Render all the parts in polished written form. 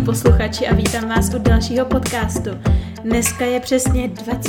posluchači a vítám vás u dalšího podcastu. Dneska je přesně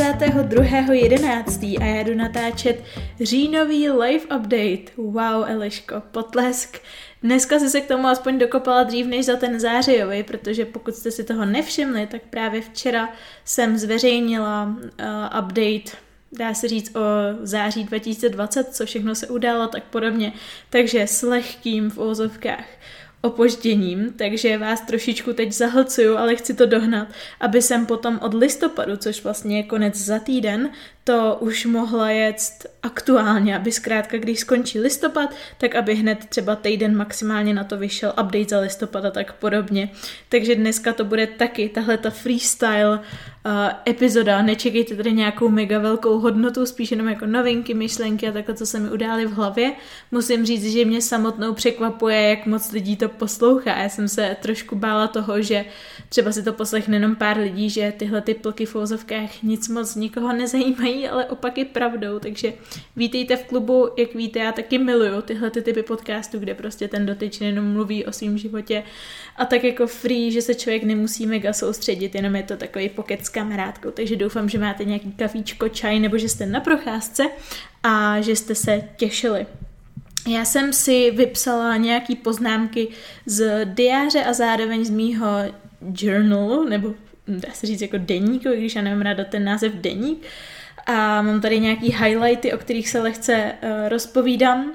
22.11. a já jdu natáčet říjnový live update. Wow, Eliško, potlesk. Dneska jsi se k tomu aspoň dokopala dřív než za ten zářijový, protože pokud jste si toho nevšimli, tak právě včera jsem zveřejnila update, dá se říct, o září 2020, co všechno se událo, tak podobně. Takže s lehkým v uvozovkách opožděním, takže vás trošičku teď zahlcuju, ale chci to dohnat, aby jsem potom od listopadu, což vlastně je konec za týden, to už mohla jet aktuálně, aby zkrátka, když skončí listopad, tak aby hned třeba týden maximálně na to vyšel update za listopad a tak podobně. Takže dneska to bude taky tahleta freestyle epizoda. Nečekejte tady nějakou mega velkou hodnotu, spíš jenom jako novinky, myšlenky a takhle, co se mi udály v hlavě. Musím říct, že mě samotnou překvapuje, jak moc lidí to poslouchá. Já jsem se trošku bála toho, že třeba si to poslechne jenom pár lidí, že tyhle ty plky v uvozovkách nic moc nikoho nezajímají, ale opak je pravdou, takže vítejte v klubu, jak víte, já taky miluju tyhle ty typy podcastů, kde prostě ten dotyčný jenom mluví o svém životě a tak jako free, že se člověk nemusí mega soustředit, jenom je to takový pokec s kamarádkou, takže doufám, že máte nějaký kafíčko, čaj, nebo že jste na procházce a že jste se těšili. Já jsem si vypsala nějaký poznámky z diáře a zároveň z mýho journalu, nebo dá se říct jako deníku, když já nemám ráda ten název deník. A mám tady nějaký highlighty, o kterých se lehce rozpovídám.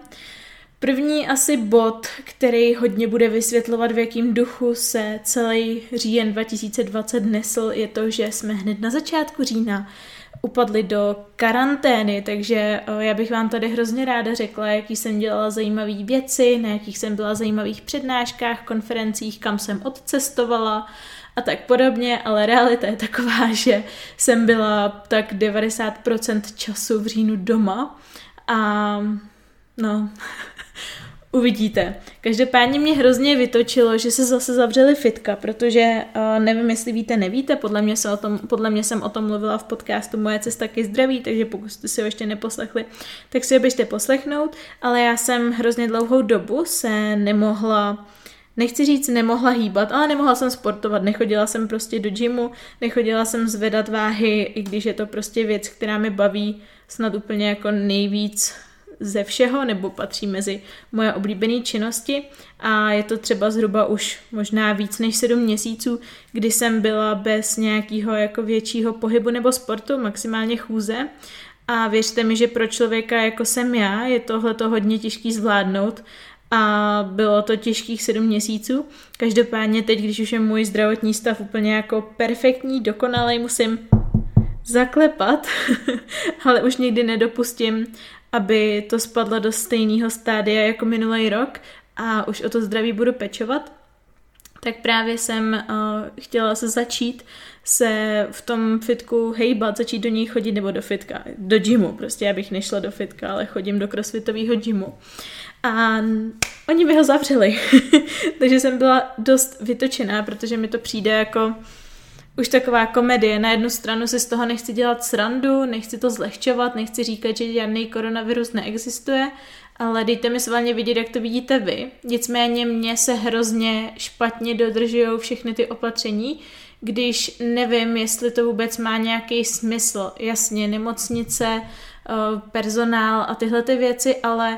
První asi bod, který hodně bude vysvětlovat, v jakém duchu se celý říjen 2020 nesl, je to, že jsme hned na začátku října upadli do karantény, takže já bych vám tady hrozně ráda řekla, jaký jsem dělala zajímavé věci, na jakých jsem byla zajímavých přednáškách, konferencích, kam jsem odcestovala a tak podobně, ale realita je taková, že jsem byla tak 90% času v říjnu doma a no, uvidíte. Každopádně mě hrozně vytočilo, že se zase zavřely fitka, protože nevím, jestli víte, nevíte, podle mě jsem o tom mluvila v podcastu Moje cesta ke zdraví, takže pokud jste si ho ještě neposlechli, tak si ho běžte poslechnout, ale já jsem hrozně dlouhou dobu se nemohla hýbat, ale nemohla jsem sportovat, nechodila jsem prostě do gymu, nechodila jsem zvedat váhy, i když je to prostě věc, která mi baví snad úplně jako nejvíc ze všeho, nebo patří mezi moje oblíbené činnosti a je to třeba zhruba už možná víc než 7 měsíců, kdy jsem byla bez nějakého jako většího pohybu nebo sportu, maximálně chůze a věřte mi, že pro člověka jako jsem já, je tohleto hodně těžký zvládnout a bylo to těžkých 7 měsíců. Každopádně teď, když už je můj zdravotní stav úplně jako perfektní, dokonalej, musím zaklepat, ale už nikdy nedopustím, aby to spadlo do stejného stádia jako minulý rok a už o to zdraví budu pečovat, tak právě jsem chtěla se začít se v tom fitku hejbat, začít do něj chodit, nebo do fitka, do gymu, prostě já bych nešla do fitka, ale chodím do crossfitového gymu. A oni mi ho zavřeli, takže jsem byla dost vytočená, protože mi to přijde jako už taková komedie. Na jednu stranu si z toho nechci dělat srandu, nechci to zlehčovat, nechci říkat, že žádný koronavirus neexistuje, ale dejte mi svalně vidět, jak to vidíte vy. Nicméně mně se hrozně špatně dodržujou všechny ty opatření, když nevím, jestli to vůbec má nějaký smysl. Jasně, nemocnice, personál a tyhle ty věci, ale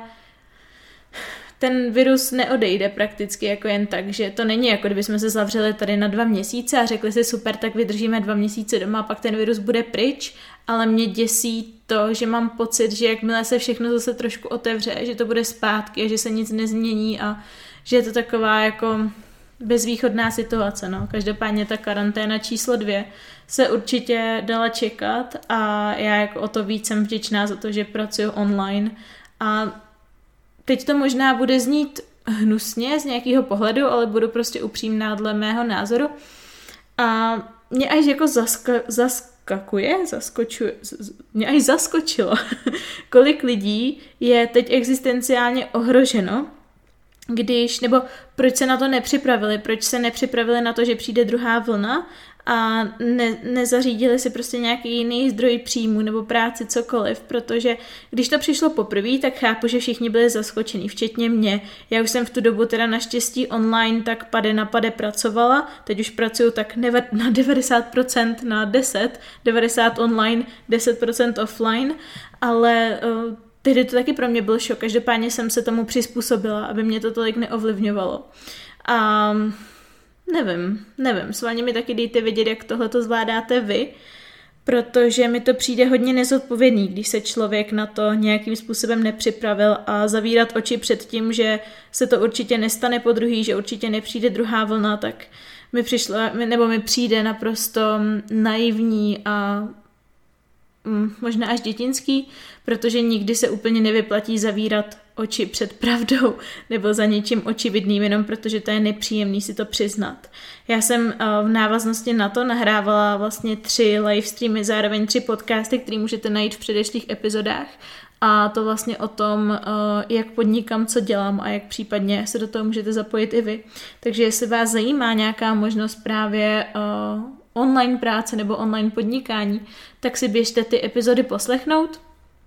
ten virus neodejde prakticky jako jen tak, že to není jako kdybychom se zavřeli tady na 2 měsíce a řekli si super, tak vydržíme 2 měsíce doma a pak ten virus bude pryč, ale mě děsí to, že mám pocit, že jakmile se všechno zase trošku otevře, že to bude zpátky a že se nic nezmění a že je to taková jako bezvýchodná situace. No. Každopádně ta karanténa číslo 2 se určitě dala čekat a já jako o to víc jsem vděčná za to, že pracuji online a teď to možná bude znít hnusně z nějakého pohledu, ale budu prostě upřímná dle mého názoru. A mě až jako mě až zaskočilo, kolik lidí je teď existenciálně ohroženo, nebo proč se na to nepřipravili, proč se nepřipravili na to, že přijde druhá vlna a nezařídili si prostě nějaký jiný zdroj příjmu nebo práci, cokoliv, protože když to přišlo poprvé, tak chápu, že všichni byli zaskočení, včetně mě. Já už jsem v tu dobu teda naštěstí online tak pade na pade pracovala, teď už pracuju tak na 90% na 10, 90 online, 10% offline, ale tehdy to taky pro mě byl šok, každopádně jsem se tomu přizpůsobila, aby mě to tolik neovlivňovalo. A nevím, sválně mi taky dejte vědět, jak tohle to zvládáte vy, protože mi to přijde hodně nezodpovědný, když se člověk na to nějakým způsobem nepřipravil a zavírat oči před tím, že se to určitě nestane podruhý, že určitě nepřijde druhá vlna, tak mi přijde naprosto naivní a možná až dětinský, protože nikdy se úplně nevyplatí zavírat oči před pravdou nebo za něčím očividným, jenom protože to je nepříjemný si to přiznat. Já jsem v návaznosti na to nahrávala vlastně 3 live streamy, zároveň 3 podcasty, které můžete najít v předešlých epizodách, a to vlastně o tom, jak podnikám, co dělám a jak případně se do toho můžete zapojit i vy. Takže jestli vás zajímá nějaká možnost právě online práce nebo online podnikání, tak si běžte ty epizody poslechnout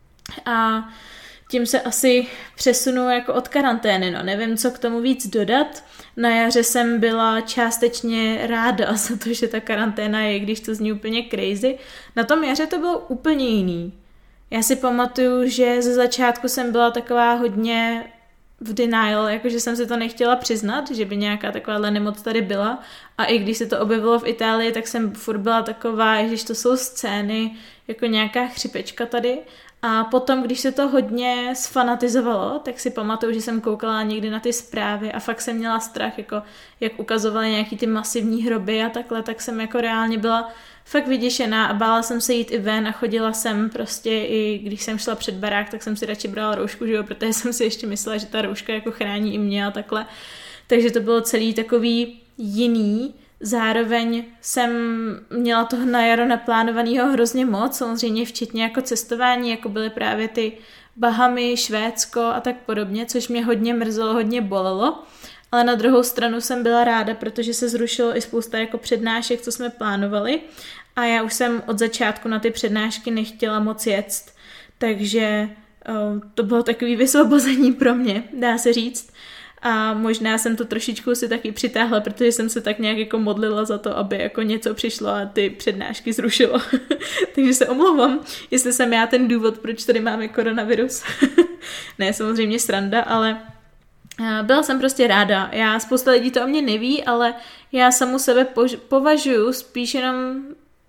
a tím se asi přesunu jako od karantény, nevím, co k tomu víc dodat. Na jaře jsem byla částečně ráda za to, že ta karanténa je, když to zní úplně crazy. Na tom jaře to bylo úplně jiný. Já si pamatuju, že ze začátku jsem byla taková hodně v denial, jakože jsem si to nechtěla přiznat, že by nějaká takováhle nemoc tady byla, a i když se to objevilo v Itálii, tak jsem furt byla taková, že to jsou scény, jako nějaká chřipečka tady. A potom, když se to hodně sfanatizovalo, tak si pamatuju, že jsem koukala někdy na ty zprávy a fakt jsem měla strach, jako jak ukazovaly nějaký ty masivní hroby a takhle, tak jsem jako reálně byla fakt vyděšená a bála jsem se jít i ven a chodila jsem prostě, i když jsem šla před barák, tak jsem si radši brala roušku, že jo, protože jsem si ještě myslela, že ta rouška jako chrání i mě a takhle. Takže to bylo celý takový jiný. Zároveň jsem měla toho na jaro naplánovaného hrozně moc, samozřejmě včetně jako cestování, jako byly právě ty Bahamy, Švédsko a tak podobně, což mě hodně mrzelo, hodně bolelo. Ale na druhou stranu jsem byla ráda, protože se zrušilo i spousta jako přednášek, co jsme plánovali, a já už jsem od začátku na ty přednášky nechtěla moc jet, takže to bylo takový vysvobození pro mě, dá se říct. A možná jsem to trošičku si taky přitáhla, protože jsem se tak nějak jako modlila za to, aby jako něco přišlo a ty přednášky zrušilo. Takže se omlouvám, jestli jsem já ten důvod, proč tady máme koronavirus. Ne, samozřejmě sranda, ale byla jsem prostě ráda. Spousta lidí to o mě neví, ale já samu sebe považuji spíš jenom,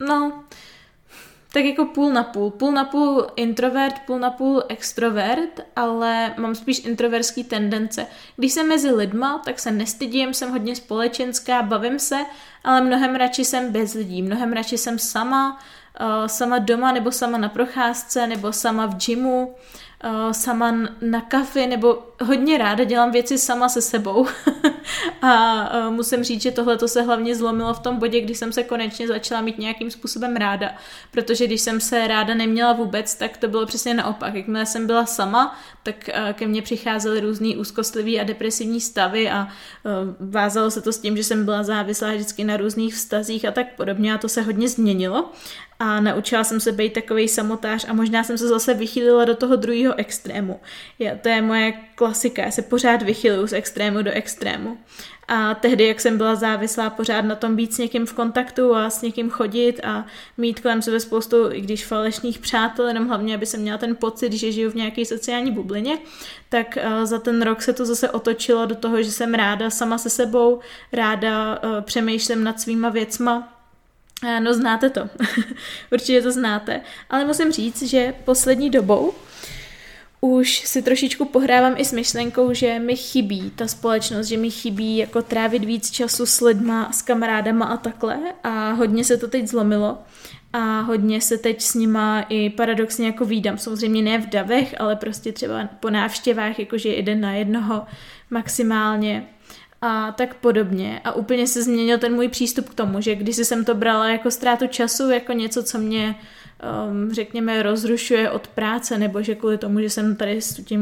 tak jako půl na půl introvert, půl na půl extrovert, ale mám spíš introverský tendence. Když jsem mezi lidma, tak se nestydím, jsem hodně společenská, bavím se, ale mnohem radši jsem bez lidí, mnohem radši jsem sama doma, nebo sama na procházce, nebo sama v gymu, sama na kafi, nebo hodně ráda dělám věci sama se sebou. A musím říct, že tohle se hlavně zlomilo v tom bodě, kdy jsem se konečně začala mít nějakým způsobem ráda, protože když jsem se ráda neměla vůbec, tak to bylo přesně naopak. Jakmile jsem byla sama, tak ke mně přicházely různý úzkostlivý a depresivní stavy a vázalo se to s tím, že jsem byla závislá vždycky na různých vztazích a tak podobně, a to se hodně změnilo. A naučila jsem se být takovej samotář a možná jsem se zase vychýlila do toho druhého extrému. To je moje klasika, já se pořád vychyluju z extrému do extrému. A tehdy, jak jsem byla závislá pořád na tom být s někým v kontaktu a s někým chodit a mít kolem sebe spoustu, i když falešných přátel, jenom hlavně, aby jsem měla ten pocit, že žiju v nějaké sociální bublině, tak za ten rok se to zase otočilo do toho, že jsem ráda sama se sebou, ráda přemýšlím nad svýma věcma. No, znáte to. Určitě to znáte. Ale musím říct, že poslední dobou už si trošičku pohrávám i s myšlenkou, že mi chybí ta společnost, že mi chybí jako trávit víc času s lidma, s kamarádama a takhle. A hodně se to teď zlomilo. A hodně se teď s nima i paradoxně jako vídám. Samozřejmě ne v davech, ale prostě třeba po návštěvách, jakože 1 na 1 maximálně. A tak podobně. A úplně se změnil ten můj přístup k tomu, že když jsem to brala jako ztrátu času, jako něco, co mě, řekněme, rozrušuje od práce, nebo že kvůli tomu, že jsem tady s tím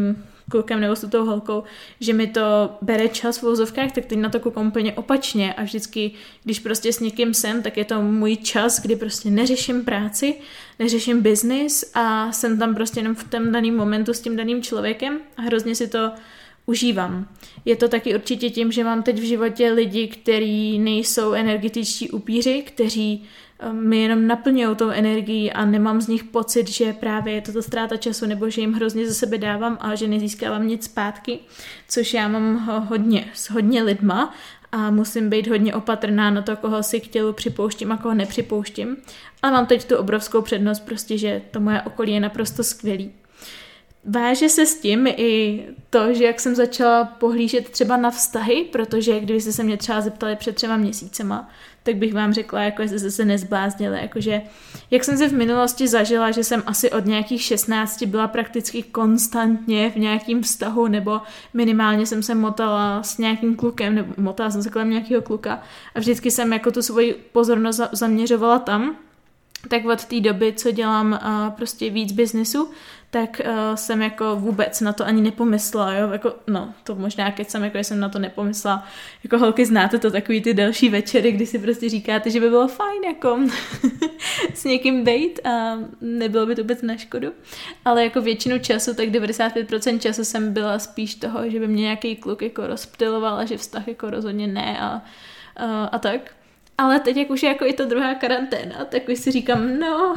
klukem nebo s tou holkou, že mi to bere čas v vozovkách, tak teď na to koukám úplně opačně a vždycky, když prostě s někým jsem, tak je to můj čas, kdy prostě neřeším práci, neřeším biznis a jsem tam prostě jenom v tom daném momentu s tím daným člověkem a hrozně si to užívám. Je to taky určitě tím, že mám teď v životě lidi, kteří nejsou energetičtí upíři, kteří mi jenom naplňují tou energií a nemám z nich pocit, že právě je to ztráta času nebo že jim hrozně ze sebe dávám a že nezískávám nic zpátky, což já mám hodně s hodně lidma a musím být hodně opatrná na to, koho si k tělu připouštím a koho nepřipouštím. A mám teď tu obrovskou přednost prostě, že to moje okolí je naprosto skvělý. Váže se s tím i to, že jak jsem začala pohlížet třeba na vztahy, protože kdybyste se mě třeba zeptali před 3 měsícema, tak bych vám řekla, jako jste se nezbláznili, jakože jak jsem se v minulosti zažila, že jsem asi od nějakých 16 byla prakticky konstantně v nějakém vztahu, nebo minimálně jsem se motala s nějakým klukem, nebo motala jsem se kolem nějakého kluka a vždycky jsem jako tu svoji pozornost zaměřovala tam, tak od té doby, co dělám prostě víc biznesu, tak jsem jako vůbec na to ani nepomyslela, jo, jako, no, to možná, keď jsem na to nepomyslela, jako holky znáte to, takový ty další večery, kdy si prostě říkáte, že by bylo fajn, jako s někým bejt a nebylo by to vůbec na škodu, ale jako většinu času, tak 95% času jsem byla spíš toho, že by mě nějaký kluk jako rozptyloval a že vztah jako rozhodně ne a tak. Ale teď, jak už je jako i ta druhá karanténa, tak už si říkám, no,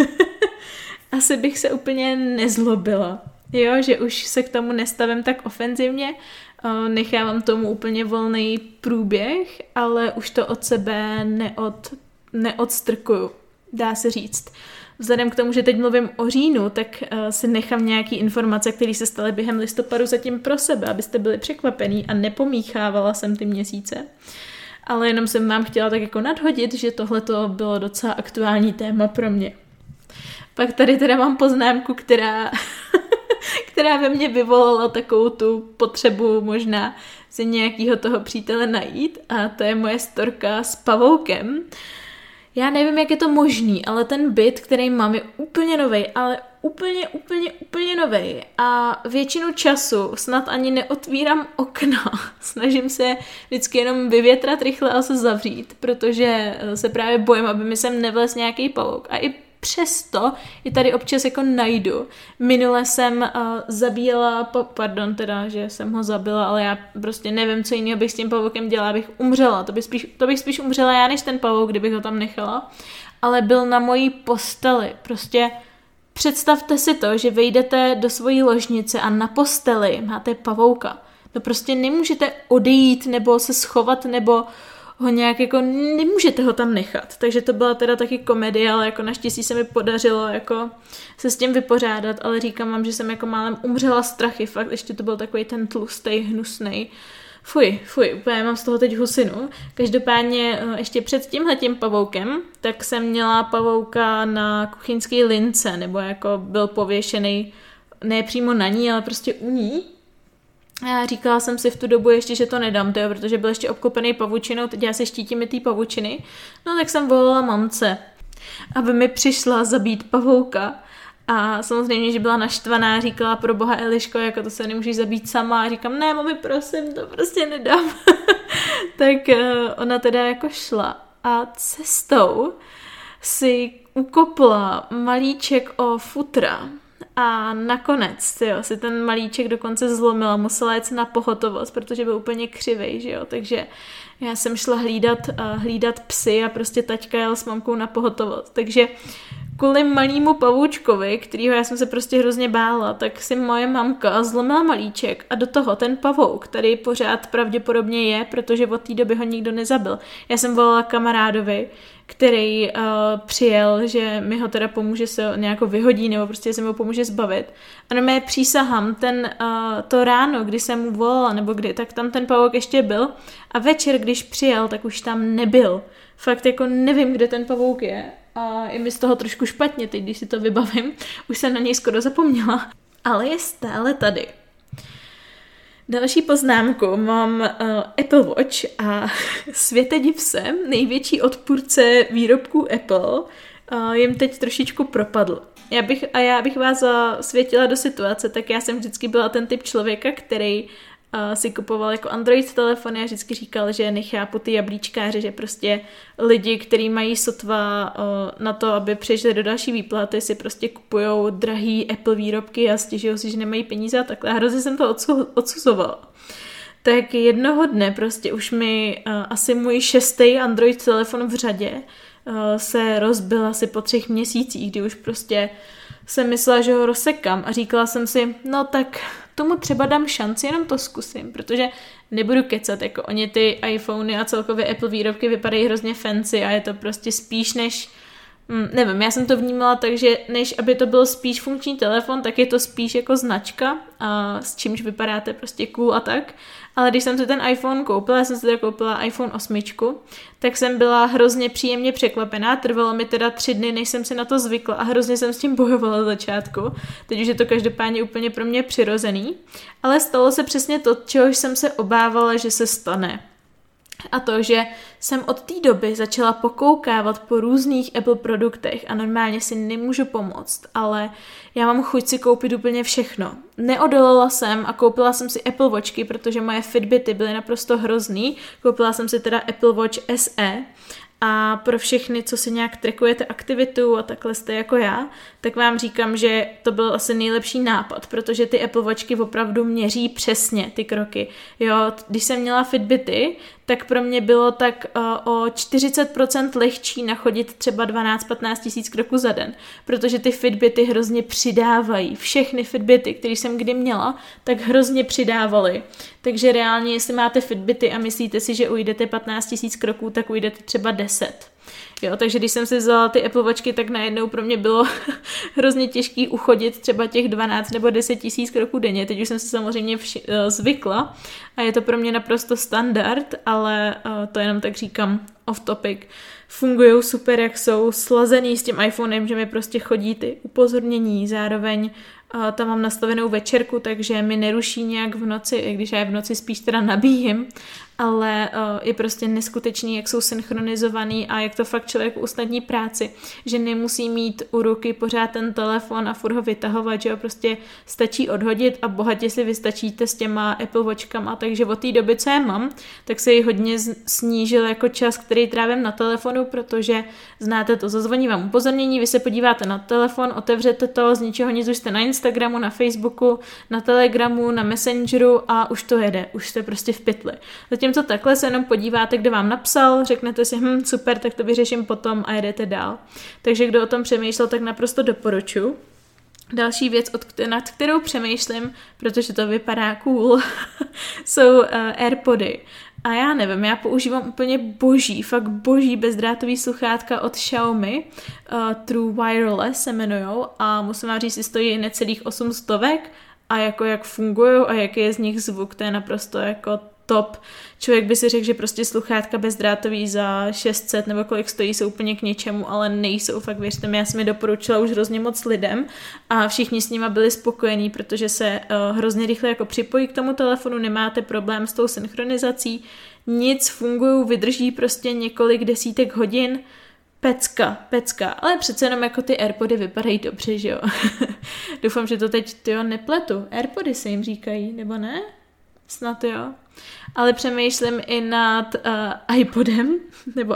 asi bych se úplně nezlobila. Jo, že už se k tomu nestavím tak ofenzivně, nechávám tomu úplně volný průběh, ale už to od sebe neodstrkuju, dá se říct. Vzhledem k tomu, že teď mluvím o říjnu, tak si nechám nějaký informace, které se staly během listopadu zatím pro sebe, abyste byli překvapení a nepomíchávala jsem ty měsíce. Ale jenom jsem vám chtěla tak jako nadhodit, že tohle to bylo docela aktuální téma pro mě. Pak tady teda mám poznámku, která ve mně vyvolala takovou tu potřebu možná si nějakého toho přítele najít a to je moje storka s pavoukem. Já nevím, jak je to možný, ale ten byt, který mám, je úplně novej, ale úplně novej a většinu času snad ani neotvírám okna. Snažím se vždycky jenom vyvětrat rychle a se zavřít, protože se právě bojím, aby mi sem nevlez nějaký pavouk. A i přesto je tady občas jako najdu. Minule jsem zabíjela, že jsem ho zabila, ale já prostě nevím, co jiného bych s tím pavoukem dělala, abych umřela. To bych spíš umřela já, než ten pavouk, kdybych ho tam nechala. Ale byl na mojí posteli. Prostě představte si to, že vejdete do svojí ložnice a na posteli máte pavouka. To prostě nemůžete odejít nebo se schovat nebo ho nějak jako nemůžete ho tam nechat. Takže to byla teda taky komedie, ale jako naštěstí se mi podařilo jako se s tím vypořádat, ale říkám vám, že jsem jako málem umřela strachy, fakt ještě to byl takový ten tlustej, hnusnej. Fuj, úplně mám z toho teď husinu. Každopádně ještě před tímhletím pavoukem, tak jsem měla pavouka na kuchyňské lince, nebo jako byl pověšený ne přímo na ní, ale prostě u ní. A říkala jsem si v tu dobu ještě, že to nedám, protože byl ještě obklopený pavučinou, teď já se štítím i té pavučiny. No tak jsem volala mamce, aby mi přišla zabít pavouka. A samozřejmě, že byla naštvaná, říkala pro boha Eliško, jako to se nemůžeš zabít sama. A říkám, ne mami, prosím, to prostě nedám. Tak ona teda jako šla a cestou si ukopla malíček o futra. A nakonec, si ten malíček dokonce zlomila, musela jít na pohotovost, protože byl úplně křivej, že jo, takže já jsem šla hlídat psy a prostě taťka jel s mamkou na pohotovost, takže kvůli malýmu pavoučkovi, kterýho já jsem se prostě hrozně bála, tak si moje mamka zlomila malíček a do toho ten pavouk, který pořád pravděpodobně je, protože od té doby ho nikdo nezabil. Já jsem volala kamarádovi, který přijel, že mi ho teda pomůže se nějak vyhodí nebo prostě se mi ho pomůže zbavit. A na mé přísahám, to ráno, kdy jsem mu volala nebo kdy, tak tam ten pavouk ještě byl a večer, když přijel, tak už tam nebyl. Fakt jako nevím, kde ten pavouk je a je mi z toho trošku špatně teď, když si to vybavím. Už jsem na něj skoro zapomněla, ale je stále tady. Další poznámku mám Apple Watch a světe div se, největší odpůrce výrobků Apple jim teď trošičku propadl. Já bych vás zasvětila do situace, tak já jsem vždycky byla ten typ člověka, který si kupoval jako Android telefony a vždycky říkal, že nechápu ty jablíčkáře, že prostě lidi, kteří mají sotva na to, aby přešli do další výplaty, si prostě kupujou drahý Apple výrobky a stěžují si, že nemají peníze a takhle. A hrozně jsem to odsuzovala. Tak jednoho dne prostě už mi asi můj 6. Android telefon v řadě se rozbil asi po 3 měsících, kdy už prostě jsem myslela, že ho rozsekám a říkala jsem si, no tak tomu třeba dám šanci, jenom to zkusím, protože nebudu kecat, jako oni ty iPhony a celkově Apple výrobky vypadají hrozně fancy a je to prostě spíš než, nevím, já jsem to vnímala tak, že než aby to byl spíš funkční telefon, tak je to spíš jako značka, s čímž vypadáte prostě cool a tak. Ale když jsem si ten iPhone koupila, já jsem si teda koupila iPhone 8, tak jsem byla hrozně příjemně překvapená. Trvalo mi teda 3 dny, než jsem si na to zvykla a hrozně jsem s tím bojovala za začátku. Teď už je to každopádně úplně pro mě přirozený. Ale stalo se přesně to, čehož jsem se obávala, že se stane. A to, že jsem od té doby začala pokoukávat po různých Apple produktech a normálně si nemůžu pomoct, ale já mám chuť si koupit úplně všechno. Neodolala jsem a koupila jsem si Apple Watchky, protože moje Fitbity byly naprosto hrozný. Koupila jsem si teda Apple Watch SE a pro všechny, co si nějak trackujete aktivitu a takhle jste jako já, tak vám říkám, že to byl asi nejlepší nápad, protože ty Apple Watchky opravdu měří přesně ty kroky. Jo, když jsem měla Fitbity, tak pro mě bylo tak o 40% lehčí nachodit třeba 12-15 tisíc kroků za den, protože ty Fitbity hrozně přidávají. Všechny Fitbity, které jsem kdy měla, tak hrozně přidávaly. Takže reálně, jestli máte Fitbity a myslíte si, že ujdete 15 tisíc kroků, tak ujdete třeba 10. Jo, takže když jsem si vzala ty Apple Watchky, tak najednou pro mě bylo hrozně těžký uchodit třeba těch 12 nebo 10 tisíc kroků denně. Teď už jsem si samozřejmě zvykla a je to pro mě naprosto standard, ale to jenom tak říkám off topic. Fungují super, jak jsou slazený s tím iPhonem, že mi prostě chodí ty upozornění, zároveň tam mám nastavenou večerku, takže mi neruší nějak v noci, i když já v noci spíš teda nabíjím, ale je prostě neskutečný, jak jsou synchronizovaný a jak to fakt člověk usnadní práci, že nemusí mít u ruky pořád ten telefon a furt ho vytahovat, že ho prostě stačí odhodit a bohatě si vystačíte s těma Apple Watchkama, takže od té doby, co je mám, tak se jí hodně snížil jako čas, který trávím na telefonu, protože znáte to, zazvoní vám upozornění, vy se podíváte na telefon, otevřete to, z ničeho nic, už jste na Instagramu, na Facebooku, na Telegramu, na Messengeru a už to jede, už jste prostě v pytli. Zatímco takhle se jenom podíváte, kdo vám napsal, řeknete si, super, tak to vyřeším potom a jedete dál. Takže kdo o tom přemýšlel, tak naprosto doporučuji. Další věc, nad kterou přemýšlím, protože to vypadá cool, jsou AirPody. A já nevím, já používám úplně fakt boží bezdrátový sluchátka od Xiaomi, True Wireless se jmenujou a musím vám říct, že stojí necelých 800 a jako jak fungují a jaký je z nich zvuk, to je naprosto jako top. Člověk by si řekl, že prostě sluchátka bezdrátový za 600 nebo kolik stojí jsou úplně k něčemu, ale nejsou, fakt věřte mi, já jsem je doporučila už hrozně moc lidem a všichni s nima byli spokojení, protože se hrozně rychle jako připojí k tomu telefonu, nemáte problém s tou synchronizací, nic, fungují, vydrží prostě několik desítek hodin, pecka, ale přece jenom jako ty AirPody vypadají dobře, že jo. Doufám, že to teď nepletu. AirPody se jim říkají, nebo ne? Snad jo. Ale přemýšlím i nad iPodem, nebo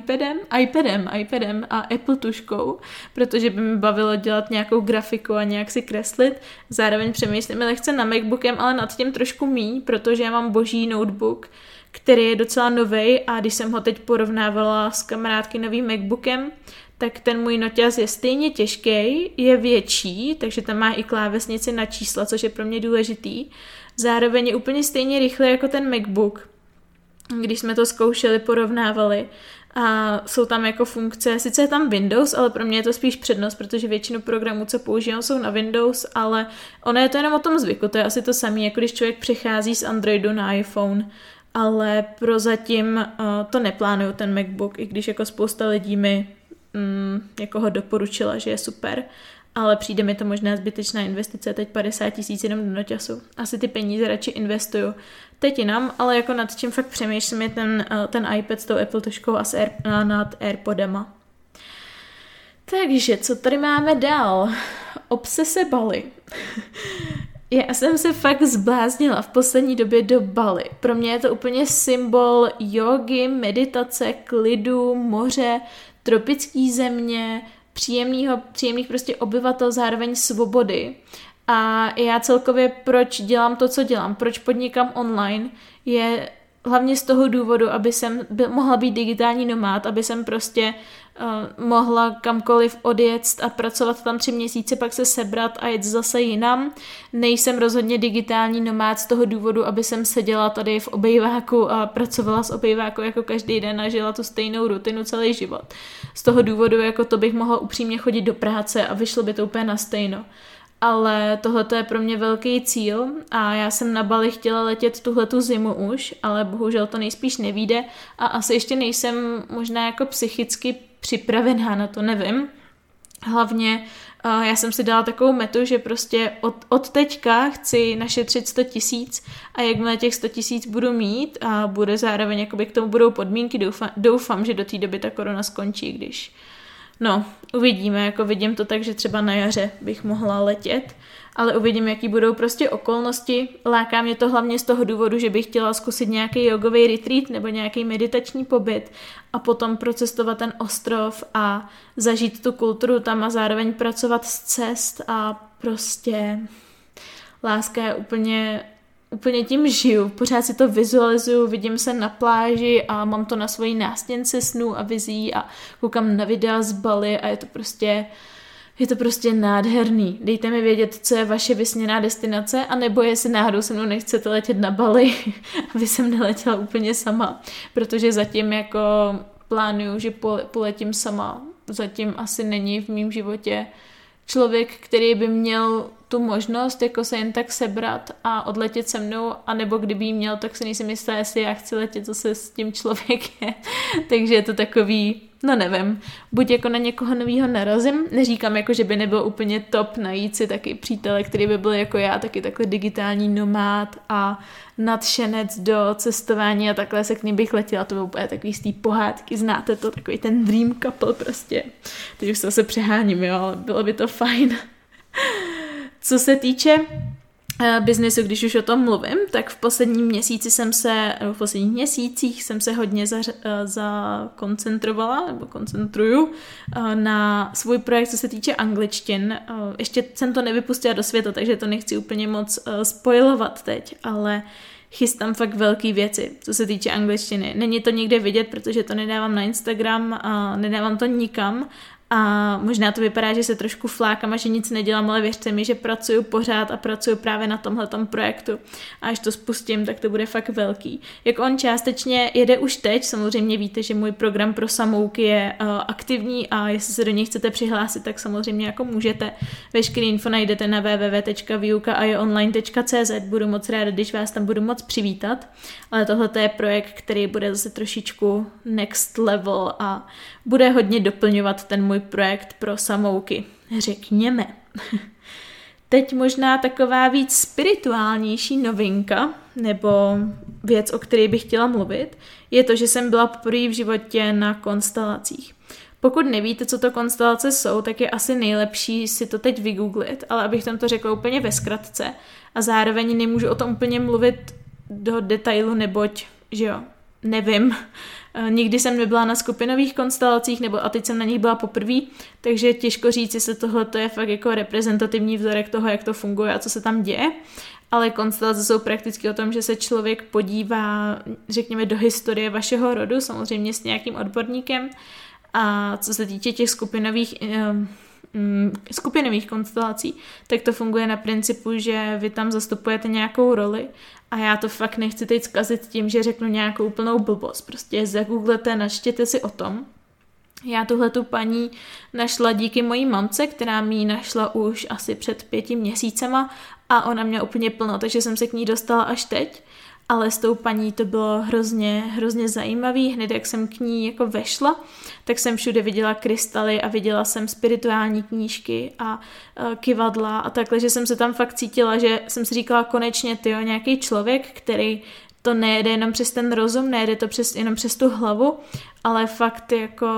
iPadem a Apple tuškou, protože by mi bavilo dělat nějakou grafiku a nějak si kreslit. Zároveň přemýšlím lehce na MacBookem, ale nad tím trošku míň, protože já mám boží notebook, který je docela novej a když jsem ho teď porovnávala s kamarádky novým MacBookem, tak ten můj noťaz je stejně těžký, je větší, takže tam má i klávesnici na čísla, což je pro mě důležitý. Zároveň je úplně stejně rychle jako ten MacBook, když jsme to zkoušeli, porovnávali. A jsou tam jako funkce, sice je tam Windows, ale pro mě je to spíš přednost, protože většinu programů, co používám, jsou na Windows, ale ono je to jenom o tom zvyku, to je asi to samé, jako když člověk přechází z Androidu na iPhone, ale prozatím to neplánuju ten MacBook, i když jako spousta lidí mi jako ho doporučila, že je super, ale přijde mi to možná zbytečná investice, teď 50 000 jenom do noťasu. Asi ty peníze radši investuju teď jinam, ale jako nad čím fakt přemýšlím je ten iPad s tou Apple tuškou a nad AirPodema. Takže, co tady máme dál? Obsese Bali. Já jsem se fakt zbláznila v poslední době do Bali. Pro mě je to úplně symbol jógy, meditace, klidu, moře, tropický země, příjemných prostě obyvatel, zároveň svobody. A já celkově, proč dělám to, co dělám, proč podnikám online, je hlavně z toho důvodu, aby jsem mohla být digitální nomád, aby jsem prostě mohla kamkoliv odjet a pracovat tam 3 měsíce, pak se sebrat a jet zase jinam. Nejsem rozhodně digitální nomád z toho důvodu, aby jsem seděla tady v obejváku a pracovala z obejváku jako každý den a žila tu stejnou rutinu celý život. Z toho důvodu, jako to bych mohla upřímně chodit do práce a vyšlo by to úplně na stejno. Ale tohle je pro mě velký cíl a já jsem na Bali chtěla letět tuhletu zimu už, ale bohužel to nejspíš nevyjde a asi ještě nejsem možná jako psychicky připravená na to, nevím. Hlavně já jsem si dala takovou metu, že prostě od teďka chci našetřit 100 000 a jakmile těch 100 000 budu mít a bude zároveň, jakoby k tomu budou podmínky, doufám, že do té doby ta korona skončí, když uvidíme, jako vidím to tak, že třeba na jaře bych mohla letět, ale uvidím, jaký budou prostě okolnosti. Láká mě to hlavně z toho důvodu, že bych chtěla zkusit nějaký jogový retreat nebo nějaký meditační pobyt a potom procestovat ten ostrov a zažít tu kulturu tam a zároveň pracovat z cest a prostě láska je úplně tím žiju, pořád si to vizualizuju, vidím se na pláži a mám to na svojí nástěnce snů a vizí a koukám na videa z Bali a je to prostě nádherný. Dejte mi vědět, co je vaše vysněná destinace, anebo jestli náhodou se mnou nechcete letět na Bali, aby jsem neletěla úplně sama, protože zatím jako plánuju, že poletím sama. Zatím asi není v mém životě člověk, který by měl tu možnost jako se jen tak sebrat a odletět se mnou, anebo kdyby jí měl, tak si nejsem jistá, jestli já chci letět zase s tím člověkem. Takže je to takový, nevím, buď jako na někoho novýho narazím, neříkám jako, že by nebylo úplně top najít si taky přítele, který by byl jako já, taky takhle digitální nomád a nadšenec do cestování a takhle se k ním bych letěla, to bylo úplně takový z té pohádky, znáte to, takový ten dream couple prostě. Teď už se zase přeháním, jo, ale bylo by to fajn. Co se týče biznesu, když už o tom mluvím, tak v posledních měsících jsem se hodně zakoncentrovala, nebo koncentruju na svůj projekt, co se týče angličtin. Ještě jsem to nevypustila do světa, takže to nechci úplně moc spoilovat teď, ale chystám fakt velký věci, co se týče angličtiny. Není to nikde vidět, protože to nedávám na Instagram a nedávám to nikam, a možná to vypadá, že se trošku flákám a že nic nedělám, ale věřte mi, že pracuju pořád a pracuju právě na tomhletom projektu. A až to spustím, tak to bude fakt velký. Jak on částečně jede už teď, samozřejmě víte, že můj program pro samouky je aktivní a jestli se do něj chcete přihlásit, tak samozřejmě jako můžete. Veškerý info najdete na www.vyukaionline.cz. Budu moc ráda, když vás tam budu moc přivítat. Ale tohle je projekt, který bude zase trošičku next level a bude hodně doplňovat ten můj projekt pro samouky, řekněme. Teď možná taková víc spirituálnější novinka, nebo věc, o které bych chtěla mluvit, je to, že jsem byla poprvé v životě na konstelacích. Pokud nevíte, co to konstelace jsou, tak je asi nejlepší si to teď vygooglit, ale abych tam to řekla úplně ve zkratce a zároveň nemůžu o tom úplně mluvit do detailu, neboť, že jo, nevím. Nikdy jsem nebyla na skupinových konstelacích, a teď jsem na nich byla poprvé, takže těžko říct, jestli tohle je fakt jako reprezentativní vzorek toho, jak to funguje a co se tam děje. Ale konstelace jsou prakticky o tom, že se člověk podívá, řekněme, do historie vašeho rodu, samozřejmě s nějakým odborníkem. A co se týče těch skupinových konstelací, tak to funguje na principu, že vy tam zastupujete nějakou roli a já to fakt nechci teď zkazit tím, že řeknu nějakou úplnou blbost. Prostě zagooglete, načtěte si o tom. Já tuhletu paní našla díky mojí mamce, která mi ji našla už asi před 5 měsícema a ona měla úplně plno, takže jsem se k ní dostala až teď. Ale s tou paní to bylo hrozně zajímavý. Hned jak jsem k ní jako vešla, tak jsem všude viděla krystaly a viděla jsem spirituální knížky a kyvadla a takhle, že jsem se tam fakt cítila, že jsem si říkala konečně nějaký člověk, který to nejede jenom přes ten rozum, nejede to jenom přes tu hlavu, ale fakt jako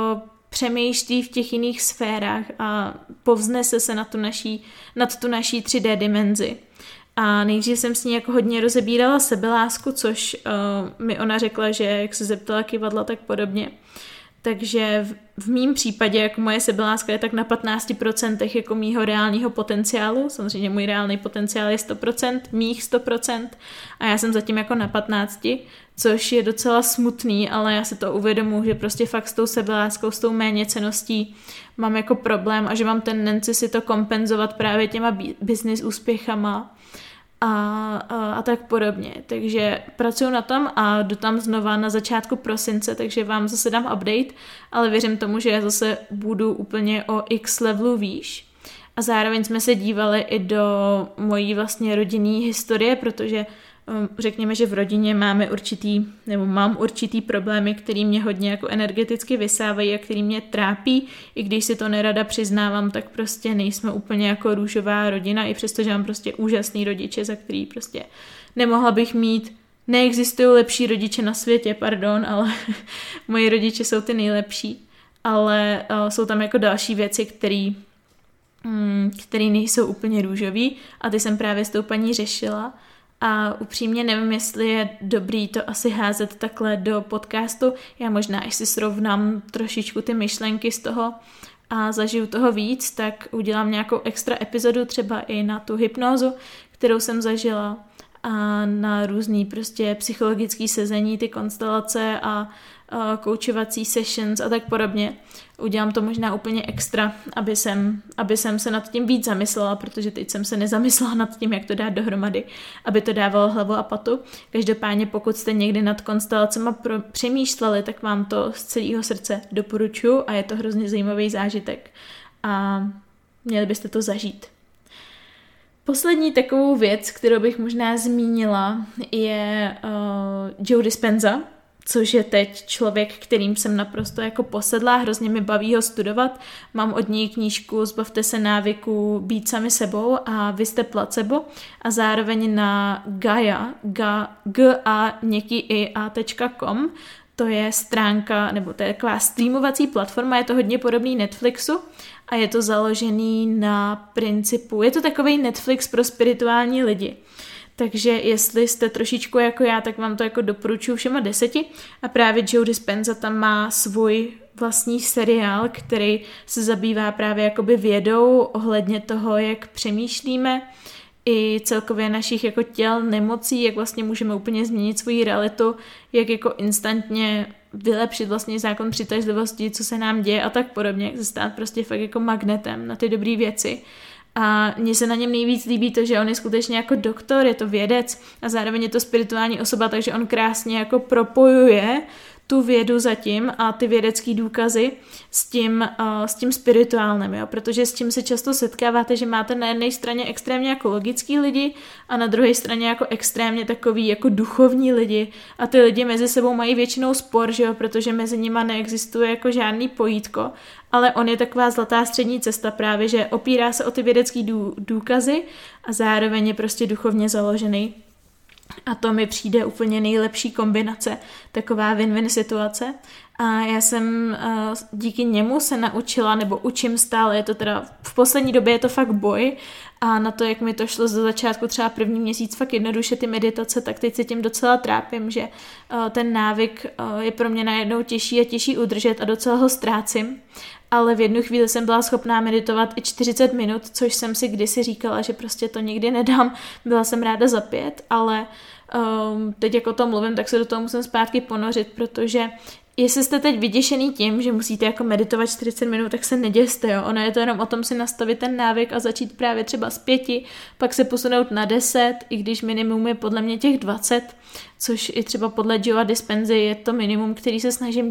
přemýšlí v těch jiných sférách a povznese se nad tu naší 3D dimenzi. A nejdřív jsem s ní jako hodně rozebírala sebelásku, což mi ona řekla, že jak se zeptala kývadla, tak podobně. Takže v mým případě jako moje sebeláska je tak na 15% jako mýho reálního potenciálu. Samozřejmě můj reálný potenciál je 100%, mých 100% a já jsem zatím jako na 15%, což je docela smutný, ale já si to uvědomuji, že prostě fakt s tou sebeláskou, s tou méněcenností mám jako problém a že mám tendenci si to kompenzovat právě těma business úspěchama a tak podobně. Takže pracuji na tom a jdu tam znova na začátku prosince, takže vám zase dám update, ale věřím tomu, že já zase budu úplně o x levelu výš. A zároveň jsme se dívali i do mojí vlastně rodinné historie, protože řekněme, že v rodině mám určitý problémy, který mě hodně jako energeticky vysávají a který mě trápí. I když si to nerada přiznávám, tak prostě nejsme úplně jako růžová rodina, i přesto, že mám prostě úžasný rodiče, za který prostě nemohla bych mít. Neexistují lepší rodiče na světě, pardon, ale moji rodiče jsou ty nejlepší. Ale jsou tam jako další věci, které nejsou úplně růžový a ty jsem právě s tou paní řešila. A upřímně nevím, jestli je dobrý to asi házet takhle do podcastu. Já možná, až si srovnám trošičku ty myšlenky z toho a zažiju toho víc, tak udělám nějakou extra epizodu třeba i na tu hypnózu, kterou jsem zažila a na různý prostě psychologický sezení, ty konstelace a koučovací sessions a tak podobně. Udělám to možná úplně extra, aby jsem se nad tím víc zamyslela, protože teď jsem se nezamyslela nad tím, jak to dát dohromady, aby to dávalo hlavu a patu. Každopádně, pokud jste někdy nad konstelacema přemýšleli, tak vám to z celého srdce doporučuji a je to hrozně zajímavý zážitek a měli byste to zažít. Poslední takovou věc, kterou bych možná zmínila, je Joe Dispenza, což je teď člověk, kterým jsem naprosto jako posedlá, hrozně mi baví ho studovat. Mám od něj knížku Zbavte se návyku být sami sebou a vy jste placebo a zároveň na GA.com. To je stránka, nebo to je taková streamovací platforma, je to hodně podobný Netflixu a je to založený na principu, je to takovej Netflix pro spirituální lidi. Takže jestli jste trošičku jako já, tak vám to jako doporučuji všema 10. A právě Joe Dispenza tam má svůj vlastní seriál, který se zabývá právě jakoby vědou ohledně toho, jak přemýšlíme i celkově našich jako těl, nemocí, jak vlastně můžeme úplně změnit svoji realitu, jak jako instantně vylepšit vlastně zákon přitažlivosti, co se nám děje a tak podobně, jak se stát prostě fakt jako magnetem na ty dobré věci. A mně se na něm nejvíc líbí to, že on je skutečně jako doktor, je to vědec a zároveň je to spirituální osoba, takže on krásně jako propojuje tu vědu zatím a ty vědecké důkazy s tím spirituálním, jo? Protože s tím se často setkáváte, že máte na jedné straně extrémně jako logický lidi a na druhé straně jako extrémně takový jako duchovní lidi a ty lidi mezi sebou mají většinou spor, že jo? Protože mezi nima neexistuje jako žádný pojítko, ale on je taková zlatá střední cesta právě, že opírá se o ty vědecké důkazy a zároveň je prostě duchovně založený. A to mi přijde úplně nejlepší kombinace, taková win-win situace. A já jsem díky němu se naučila, nebo učím stále, je to teda, v poslední době je to fakt boj a na to, jak mi to šlo ze začátku třeba první měsíc fakt jednoduše ty meditace, tak teď se tím docela trápím, že ten návyk je pro mě najednou těžší a těžší udržet a docela ho ztrácím. Ale v jednu chvíli jsem byla schopná meditovat i 40 minut, což jsem si kdysi říkala, že prostě to nikdy nedám. Byla jsem ráda za 5, ale teď jak o tom mluvím, tak se do toho musím zpátky ponořit, protože jestli jste teď vyděšený tím, že musíte jako meditovat 40 minut, tak se neděste, jo. Ono je to jenom o tom si nastavit ten návyk a začít právě třeba z 5, pak se posunout na 10, i když minimum je podle mě těch 20, což i třeba podle Joea Dispenzy je to minimum, který se snažím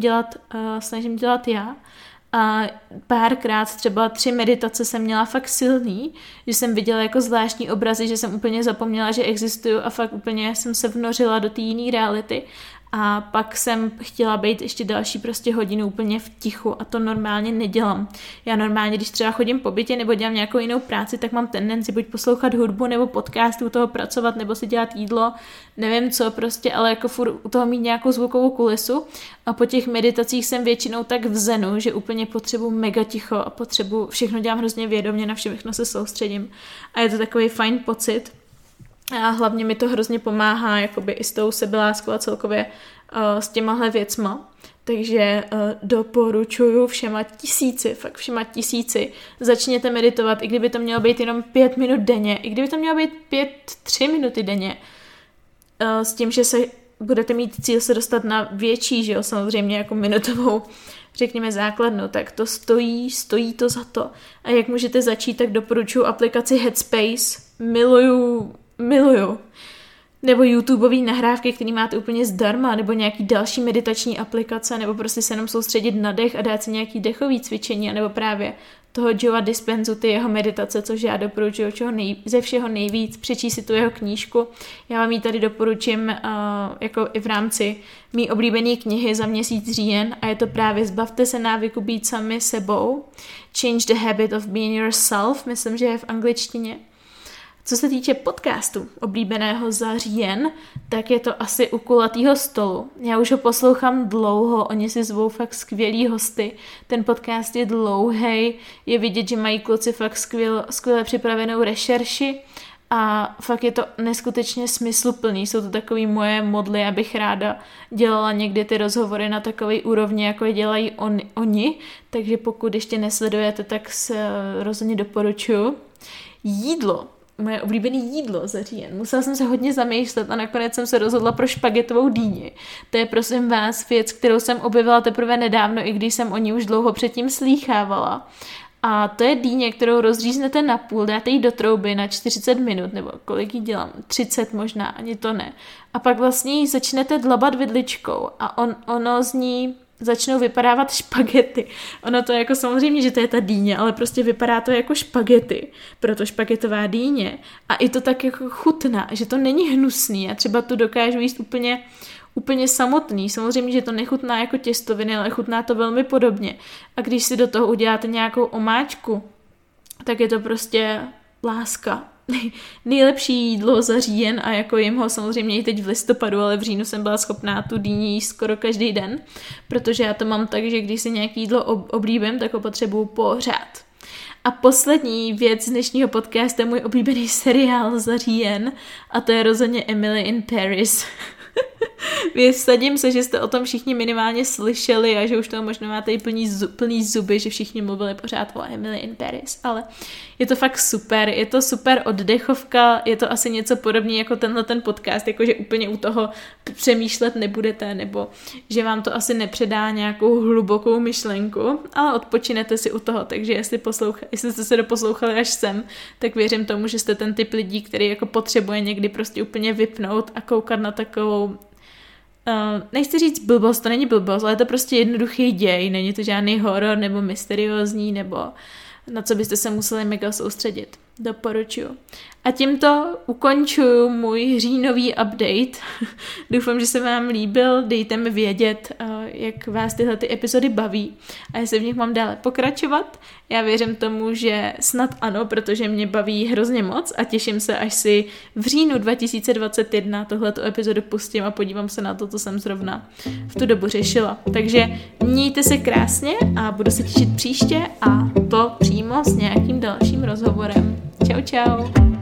dělat já. A párkrát třeba 3 meditace jsem měla fakt silný, že jsem viděla jako zvláštní obrazy, že jsem úplně zapomněla, že existuju a fakt úplně jsem se vnořila do té jiné reality a pak jsem chtěla být ještě další prostě hodinu úplně v tichu a to normálně nedělám. Já normálně, když třeba chodím po bytě nebo dělám nějakou jinou práci, tak mám tendenci buď poslouchat hudbu nebo podcast, u toho pracovat nebo si dělat jídlo, nevím co prostě, ale jako furt u toho mít nějakou zvukovou kulisu a po těch meditacích jsem většinou tak v zenu, že úplně potřebuji mega ticho a všechno dělám hrozně vědomě, na všechno se soustředím a je to takový fajn pocit. A hlavně mi to hrozně pomáhá jakoby i s tou sebeláskou a celkově s těmahle věcma. Takže doporučuju všema tisíci, začněte meditovat, i kdyby to mělo být jenom 5 minut denně, i kdyby to mělo být 3 minuty denně, s tím, že se budete mít cíl se dostat na větší, že jo, samozřejmě jako minutovou, řekněme základnu, tak to stojí to za to. A jak můžete začít, tak doporučuji aplikaci Headspace, miluju. Nebo YouTubeový nahrávky, který máte úplně zdarma, nebo nějaký další meditační aplikace, nebo prostě se jenom soustředit na dech a dát si nějaký dechový cvičení, nebo právě toho Joea Dispenzu, ty jeho meditace, což já doporučuji ze všeho nejvíc, přečíst si tu jeho knížku. Já vám ji tady doporučím jako i v rámci mý oblíbené knihy za měsíc říjen a je to právě Zbavte se návyku být sami sebou, Change the habit of being yourself, myslím, že je v angličtině. Co se týče podcastu oblíbeného za říjen, tak je to asi U kulatýho stolu. Já už ho poslouchám dlouho, oni si zvou fakt skvělý hosty. Ten podcast je dlouhej, je vidět, že mají kluci fakt skvěle připravenou rešerši a fakt je to neskutečně smysluplný. Jsou to takový moje modly, abych ráda dělala někdy ty rozhovory na takový úrovni, jako je dělají oni. Takže pokud ještě nesledujete, tak se rozhodně doporučuji. Jídlo. Moje oblíbené jídlo za říjen. Musela jsem se hodně zamýšlet a nakonec jsem se rozhodla pro špagetovou dýni. To je prosím vás věc, kterou jsem objevila teprve nedávno, i když jsem o ní už dlouho předtím slýchávala. A to je dýně, kterou rozříznete na půl, dáte ji do trouby na 40 minut, nebo kolik jí dělám, 30 možná, ani to ne. A pak vlastně ji začnete dlabat vidličkou a ono z ní začnou vypadávat špagety. Ono to jako samozřejmě, že to je ta dýně, ale prostě vypadá to jako špagety, proto špagetová dýně. A i to tak jako chutná, že to není hnusný. Já třeba tu dokážu jíst úplně samotný. Samozřejmě, že to nechutná jako těstoviny, ale chutná to velmi podobně. A když si do toho uděláte nějakou omáčku, tak je to prostě láska. Nejlepší jídlo za říjen a jako jim ho samozřejmě i teď v listopadu, ale v říjnu jsem byla schopná tu dýni jíst skoro každý den, protože já to mám tak, že když si nějaké jídlo oblíbím, tak ho potřebuju pořád. A poslední věc z dnešního podcastu je můj oblíbený seriál za říjen a to je rozhodně Emily in Paris. Vsadím se, že jste o tom všichni minimálně slyšeli a že už toho možná máte i plný zuby, že všichni mluvili pořád o Emily in Paris, ale je to fakt super, je to super oddechovka, je to asi něco podobné jako ten podcast, jakože úplně u toho přemýšlet nebudete, nebo že vám to asi nepředá nějakou hlubokou myšlenku, ale odpočinete si u toho, takže jestli jste se doposlouchali až sem, tak věřím tomu, že jste ten typ lidí, který jako potřebuje někdy prostě úplně vypnout a koukat na takovou nechci říct blbost, to není blbost, ale je to prostě jednoduchý děj, není to žádný horor nebo mysteriózní, nebo na co byste se museli mega soustředit. Doporučuji. A tímto ukončuju můj říjnový update. Doufám, že se vám líbil, dejte mi vědět, jak vás tyhle ty epizody baví a jestli v nich mám dále pokračovat. Já věřím tomu, že snad ano, protože mě baví hrozně moc a těším se, až si v říjnu 2021 tohleto epizodu pustím a podívám se na to, co jsem zrovna v tu dobu řešila. Takže mějte se krásně a budu se těšit příště a to přímo s nějakým dalším rozhovorem. Čau, čau.